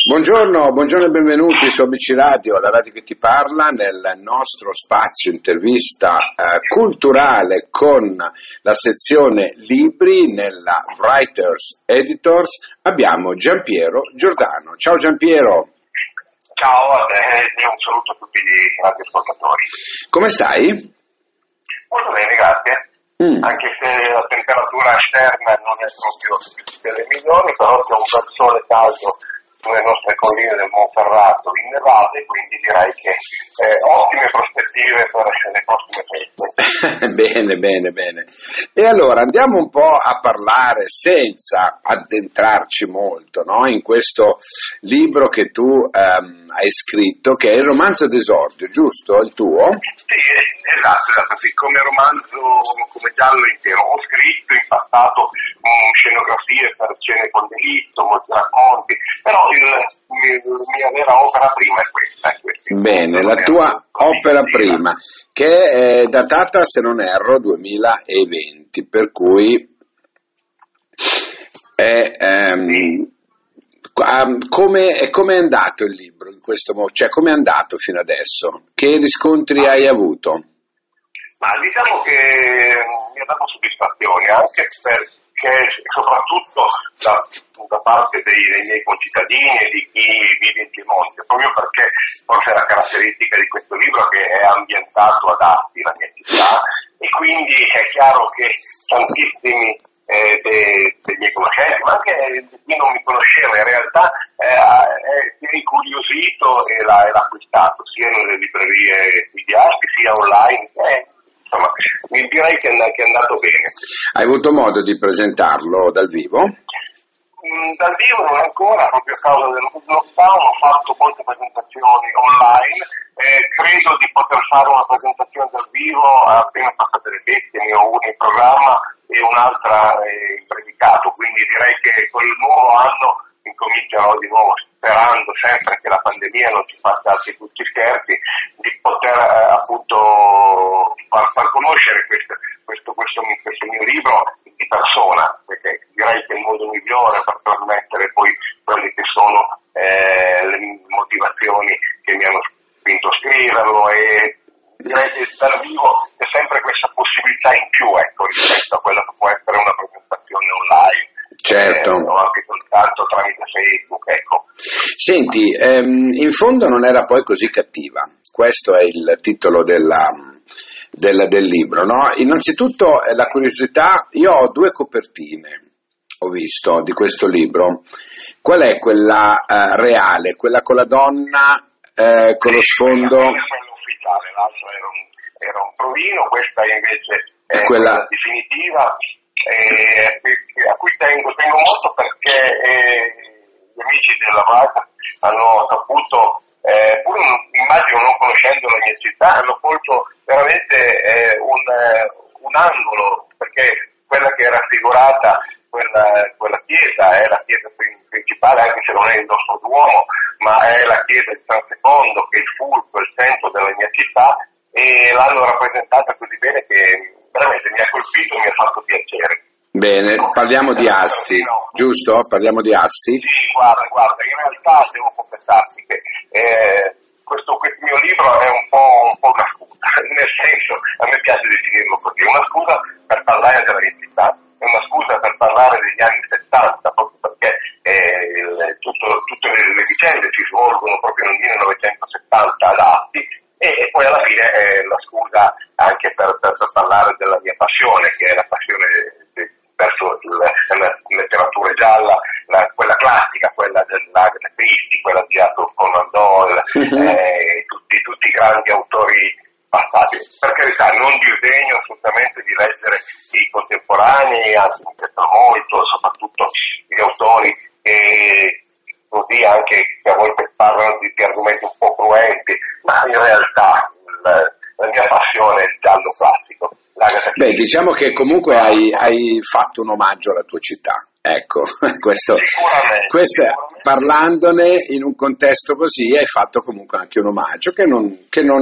Buongiorno e benvenuti su ABC Radio, la radio che ti parla, nel nostro spazio intervista culturale con la sezione libri nella Writers Editors. Abbiamo Giampiero Giordano. Ciao Giampiero. Ciao a te e un saluto a tutti i radioascoltatori. Come stai? Molto bene, grazie. Anche se la temperatura esterna non è proprio delle migliori, però c'è un bel sole caldo sulle nostre colline del Monferrato innevate, quindi direi che ottime prospettive per le prossime feste. Bene. E allora andiamo un po' a parlare senza addentrarci molto, no? In questo libro che tu hai scritto, che è il romanzo d'esordio, giusto? Il tuo? Sì, esatto, sì, come romanzo, come giallo intero. Ho scritto in passato scenografie per scene con delitto, molti racconti, però la mia vera opera prima è questa. Bene, la tua opera prima, che è datata, se non erro, 2020, per cui come è andato il libro in questo modo? Cioè, come è andato fino adesso? Che riscontri hai avuto? Ma diciamo che mi ha dato soddisfazione, anche perché soprattutto da parte dei miei concittadini e di chi vive in Piemonte, proprio perché forse la caratteristica di questo libro è che è ambientato ad Asti, la mia città, e quindi è chiaro che tantissimi dei miei conoscenti, ma anche di chi non mi conosceva, in realtà si è incuriosito e l'ha acquistato sia nelle librerie qui di Asti sia online. Insomma, mi direi che è andato bene. Hai avuto modo di presentarlo dal vivo? Dal vivo non ancora, proprio a causa del lockdown. Ho fatto molte presentazioni online, credo di poter fare una presentazione dal vivo appena passate le feste. Ne ho una in programma e un'altra in predicato, quindi direi che con il nuovo anno incomincerò di nuovo, sperando sempre che la pandemia non ci faccia altri tutti scherzi, di poter appunto far conoscere questo mio libro di persona, perché direi che è il modo migliore per trasmettere poi quelle che sono le motivazioni che mi hanno spinto a scriverlo, e direi che dal vivo c'è sempre questa possibilità in più, rispetto a quella che può essere una presentazione online. Certo. O anche soltanto tramite Facebook, ecco. Senti, in fondo non era poi così cattiva. Questo è il titolo del libro, no? Innanzitutto la curiosità, io ho 2 copertine, ho visto, di questo libro. Qual è quella reale, quella con la donna con lo sfondo? Quella ufficiale, l'altra era un provino, questa invece è quella definitiva, a cui tengo molto perché gli amici della Marca hanno saputo, pur immagino non conoscendo la mia città, hanno colto veramente un angolo, perché quella che è raffigurata, quella chiesa è la chiesa principale, anche se non è il nostro Duomo, ma è la chiesa di San Secondo, che è il fulcro, il centro della mia città, e l'hanno rappresentata così bene che veramente mi ha colpito e mi ha fatto piacere. Bene, parliamo di Asti, giusto? Parliamo di Asti? Sì, guarda, in realtà devo confessarti che questo mio libro è un po' una scusa, nel senso, a me piace definirlo così, una scusa per parlare della mia città, è una scusa per parlare degli anni 70, proprio perché tutte le vicende si svolgono proprio nel 1970 ad Asti, e poi alla fine è la scusa anche per parlare della mia passione, che è la passione verso la letteratura gialla, quella classica, quella dell'Agatha Christie, quella di Arthur Conan Doyle, tutti i grandi autori passati. Per carità, non disdegno assolutamente di leggere i contemporanei, anzi mi piacciono molto, soprattutto gli autori così anche che a volte parlano di argomenti un po' cruenti, ma in realtà la mia passione è il giallo classico. Beh, diciamo che comunque hai fatto un omaggio alla tua città, ecco, questo Sicuramente. Parlandone in un contesto così hai fatto comunque anche un omaggio che non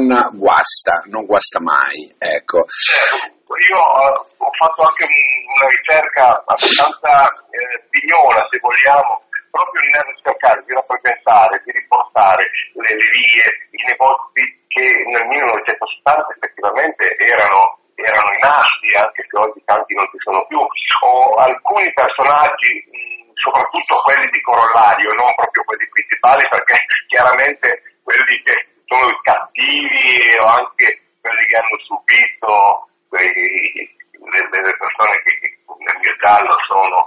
guasta mai, ecco. Io ho fatto anche una ricerca abbastanza pignola, se vogliamo, proprio nel cercare di rappresentare, di riportare le vie, i negozi che nel 1970 effettivamente erano in asti, anche se oggi tanti non ci sono più, o alcuni personaggi, soprattutto quelli di corollario, non proprio quelli principali, perché chiaramente quelli che sono i cattivi o anche quelli che hanno subito le persone che nel mio giallo sono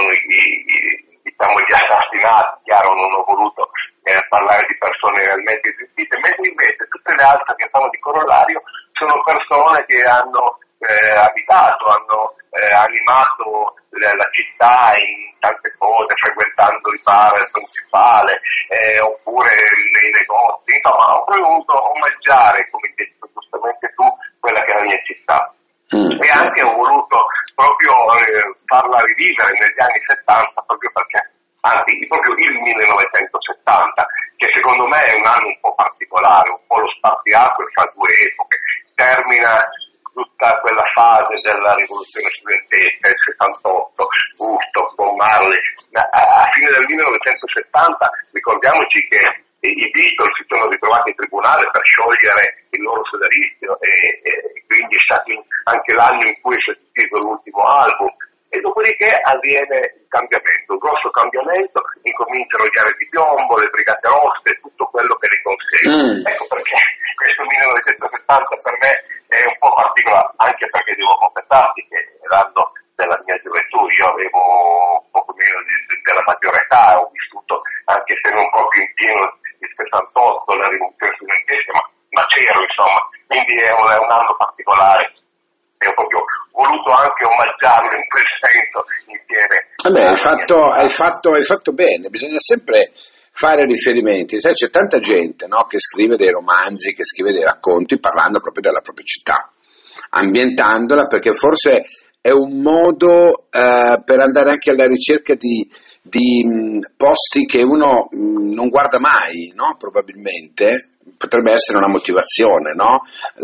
gli assassinati. Chiaro, non ho voluto parlare di persone realmente esistite, mentre invece tutte le altre che fanno di corollario sono persone che hanno abitato, hanno animato la città in tante cose, frequentando il bar principale, oppure nei negozi. Insomma, ho voluto omaggiare, come hai detto giustamente tu, quella che è la mia città. E anche ho voluto proprio farla rivivere negli anni 70, proprio perché, anzi, proprio il 1970, che secondo me è un anno un po' particolare, un po' lo spartiacque fra due epoche. Termina tutta quella fase della rivoluzione studentesca, il 68, Woodstock, Bob Marley. A fine del 1970 ricordiamoci che i Beatles si sono ritrovati in tribunale per sciogliere il loro sodalizio e quindi è stato anche l'anno in cui è stato scritto l'ultimo album. E dopodiché avviene il cambiamento, il grosso cambiamento, incominciano gli anni di piombo, le brigate rosse, tutto quello che ne consegue. Ecco perché questo 1970 per me è un po' particolare, anche perché devo confessarti che è l'anno della mia gioventù, io avevo poco meno della maggiore età, ho vissuto, anche se non proprio in pieno il 68, la rivoluzione studentesca, ma c'ero, insomma, quindi è un anno particolare. E ho proprio voluto anche omaggiarlo in quel senso insieme. Vabbè, hai fatto bene, bisogna sempre fare riferimenti, sai, c'è tanta gente, no, che scrive dei romanzi, che scrive dei racconti parlando proprio della propria città, ambientandola, perché forse è un modo per andare anche alla ricerca di posti che uno non guarda mai, no? Probabilmente potrebbe essere una motivazione, no?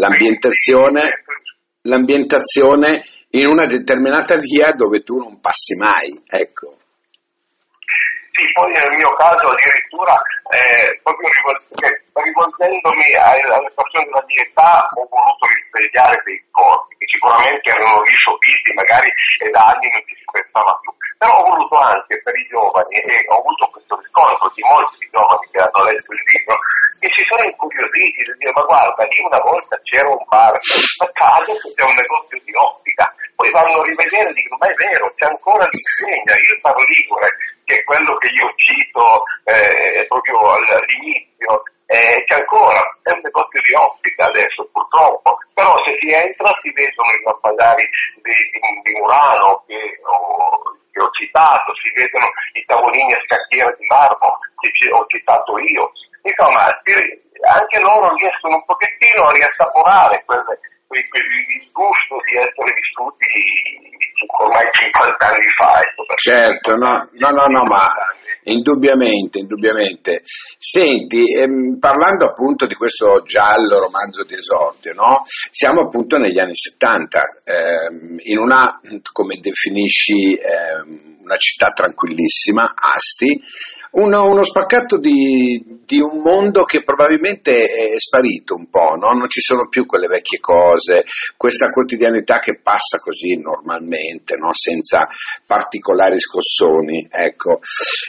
L'ambientazione in una determinata via dove tu non passi mai, ecco. Sì, poi nel mio caso addirittura proprio rivolgendomi alle persone della mia età ho voluto risvegliare dei corpi che sicuramente erano lì sopiti magari e da anni non ci si pensava più, però ho voluto anche per i giovani, e ho avuto questo riscontro di molti giovani che hanno letto il libro, che si sono incuriositi di dire: ma guarda, lì una volta c'era un bar, ma caso c'è un negozio di ottica. Poi vanno a rivedere e dicono: ma è vero, c'è ancora l'insegna, il Bar Ligure, che è quello che io cito proprio all'inizio, c'è ancora, è un negozio di ottica adesso purtroppo, però se si entra si vedono i lampadari di Murano che ho citato, si vedono i tavolini a scacchiera di marmo che ho citato io. Insomma, anche loro riescono un pochettino a riassaporare il gusto di essere vissuti ormai 50 anni fa. Certo, no, ma indubbiamente. Senti, parlando appunto di questo giallo romanzo di esordio, no? Siamo appunto negli anni 70, in una, come definisci, una città tranquillissima, Asti, uno spaccato di un mondo che probabilmente è sparito un po', no? Non ci sono più quelle vecchie cose, questa quotidianità che passa così normalmente, no? Senza particolari scossoni, ecco.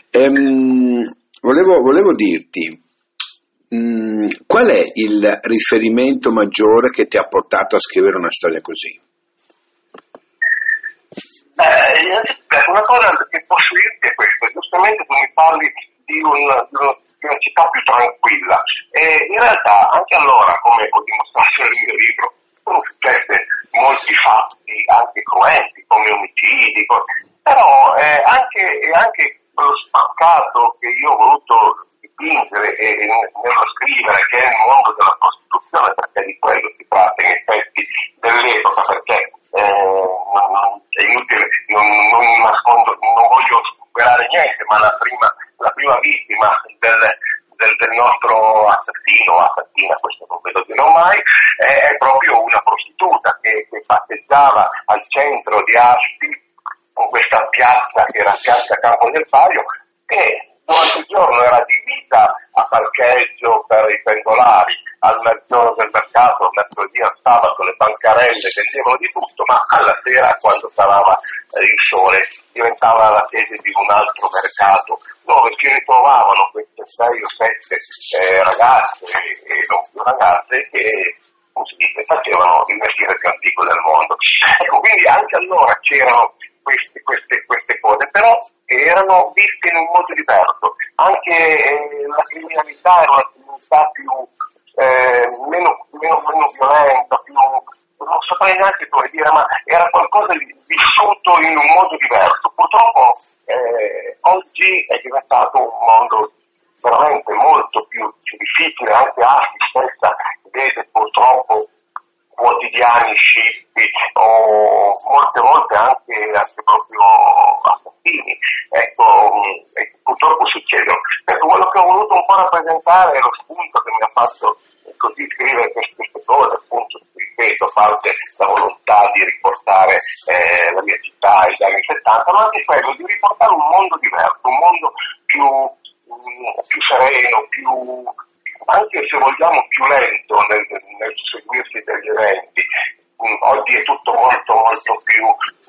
Volevo dirti, qual è il riferimento maggiore che ti ha portato a scrivere una storia così? Una cosa che posso dirti è questa: giustamente tu mi parli di una città più tranquilla, e in realtà anche allora, come ho dimostrato nel mio libro, sono successe molti fatti anche cruenti, come omicidi, però anche quello spaccato che io ho voluto dipingere e nello scrivere, che è il mondo della prostituzione, perché di quello si tratta in effetti dell'epoca, perché è inutile, non nascondo, non voglio superare niente, ma la prima vittima del nostro assassina, questo non ve lo dirò mai, è proprio una prostituta che passeggiava al centro di Asti, con questa piazza che era piazza Campo del Paio, che durante il giorno era adibita a parcheggio per i pendolari, al giorno del mercato, al mercoledì, al sabato, le bancarelle vendevano di tutto, ma alla sera, quando calava il sole, diventava la sede di un altro mercato, dove si ritrovavano queste 6 o 7 ragazze e non più ragazze che facevano il mestiere più antico del mondo. Ecco, quindi anche allora c'erano queste cose, però erano viste in un modo diverso. Anche la criminalità era una criminalità più meno violenta, più, non saprei neanche come dire, ma era qualcosa di vissuto in un modo diverso. Purtroppo oggi è diventato un mondo veramente molto più difficile, anche ASCI stessa vede purtroppo quotidiani scippi o molte volte anche proprio assassini. Ecco, purtroppo succedono. Ecco, quello che ho voluto un po' rappresentare è lo spunto che mi ha fatto così scrivere queste cose, appunto, ripeto, a parte la volontà di riportare la mia città agli anni 70, ma anche quello di riportare un mondo diverso, un mondo più sereno, anche se vogliamo più lento nel seguirsi degli eventi. Oggi è tutto molto molto più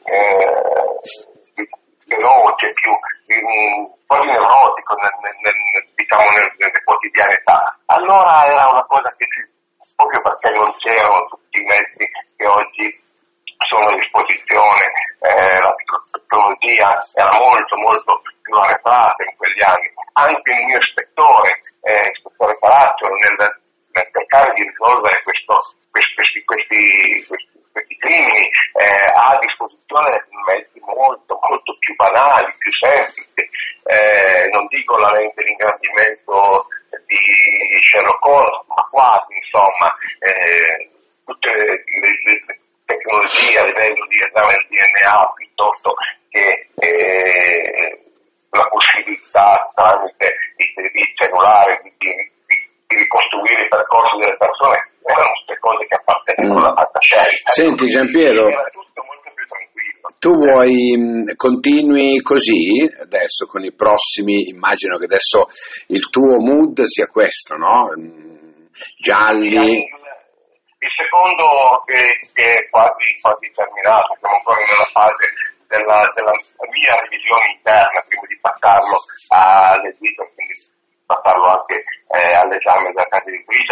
veloce, quasi neurotico nelle quotidianità. Allora era una cosa che proprio perché non c'erano tutti i mezzi che oggi sono a disposizione, la tecnologia era molto molto più arretrata in quegli anni. Anche il mio ispettore Caracciolo, nel cercare di risolvere questi crimini, ha a disposizione mezzi molto molto più banali, più semplici. Non dico la lente di ingrandimento di Sherlock Holmes, ma quasi, insomma, tutte le tecnologie a livello di esame del DNA, piuttosto che la possibilità tramite i cellulari di ricostruire i percorsi delle persone, erano queste cose che appartenevano alla fantascienza. Senti Giampiero, era tutto molto più tranquillo. tu continui così adesso con i prossimi, immagino che adesso il tuo mood sia questo, no? Gialli. Il secondo che è quasi terminato, siamo ancora nella fase della mia revisione interna prima di passarlo all'edito, quindi passarlo anche all'esame della casa editrice.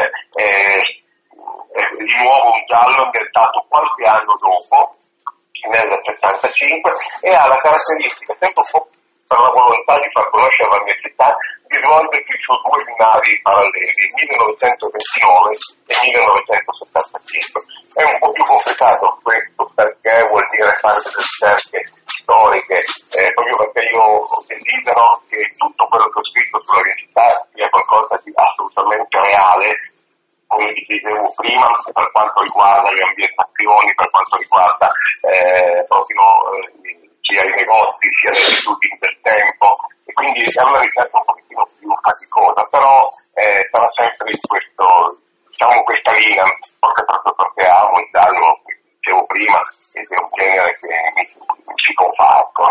Di nuovo un giallo ambientato qualche anno dopo, nel 75, e ha la caratteristica, sempre un po' per la volontà di far conoscere la mia città, di svolgersi su 2 binari paralleli, 1929 e 1975. È un po' più complicato questo perché vuol dire fare delle ricerche storiche, proprio perché io desidero che tutto quello che ho scritto sulla mia città sia qualcosa di assolutamente reale, come dicevo prima, per quanto riguarda le ambientazioni, per quanto riguarda proprio sia i negozi, sia le abitudini del tempo, e quindi è una ricerca un pochettino più faticosa, però sarà sempre in questa linea, forse proprio perché amo il giallo, come dicevo prima, ed è un genere che mi si confà, ecco.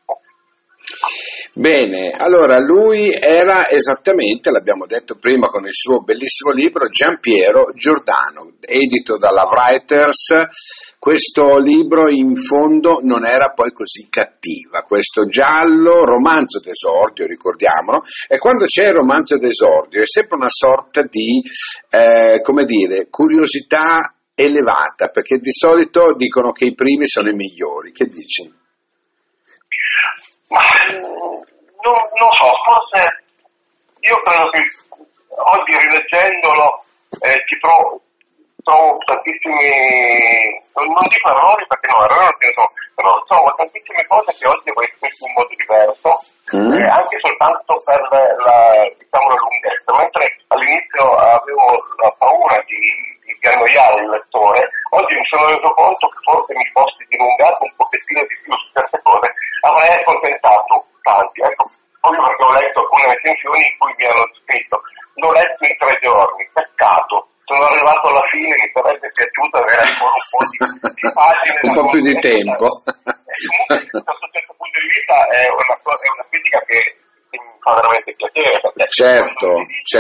Bene, allora lui era esattamente, l'abbiamo detto prima con il suo bellissimo libro, Giampiero Giordano, edito dalla Writers. Questo libro in fondo non era poi così cattiva, questo giallo, romanzo d'esordio, ricordiamolo, e quando c'è il romanzo d'esordio è sempre una sorta di, come dire, curiosità elevata, perché di solito dicono che i primi sono i migliori. Che dici? Ma non so, forse io credo che oggi rileggendolo ci trovo tantissimi, non dico errori perché no, errori non ce ne sono, però trovo tantissime cose che oggi avrei scritto in modo diverso, anche soltanto per la lunghezza, mentre all'inizio avevo la paura di annoiare il lettore, oggi mi sono reso conto che forse mi fossi dilungato un pochettino di più su certe cose, avrei accontentato tanti, ecco, proprio perché ho letto alcune recensioni in cui mi hanno scritto, l'ho letto in 3 giorni, peccato, sono arrivato alla fine, mi sarebbe piaciuto avere ancora un po' di pagine. Un po' più di tempo. Comunque, da questo punto di vista è una critica che Certo.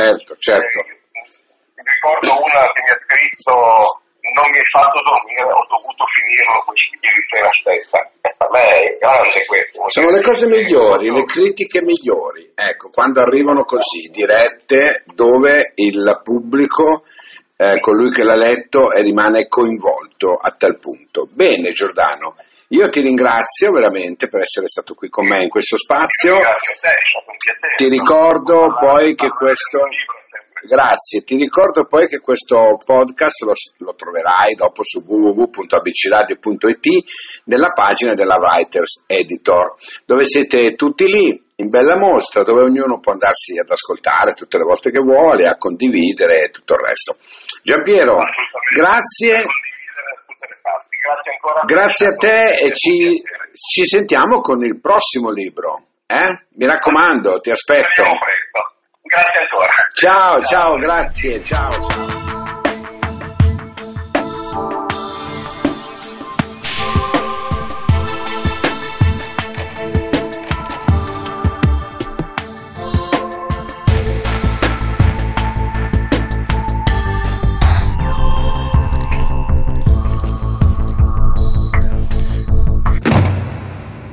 Ricordo una che mi ha scritto: non mi hai fatto dormire, ho dovuto finirlo ieri sera stessa. Per me è grande questo. Sono le cose migliori, le critiche migliori, ecco, quando arrivano così, dirette, dove il pubblico, colui che l'ha letto, rimane coinvolto a tal punto. Bene, Giordano, io ti ringrazio veramente per essere stato qui con me in questo spazio. Grazie a te, è stato un piacere. Ti ricordo poi che questo... Grazie, ti ricordo poi che questo podcast lo troverai dopo su www.abcradio.it nella pagina della Writers Editor, dove siete tutti lì in bella mostra, dove ognuno può andarsi ad ascoltare tutte le volte che vuole, a condividere e tutto il resto. Giampiero, grazie. Grazie a te e ci sentiamo con il prossimo libro. Mi raccomando, ti aspetto. Grazie ancora. Ciao, grazie, ciao.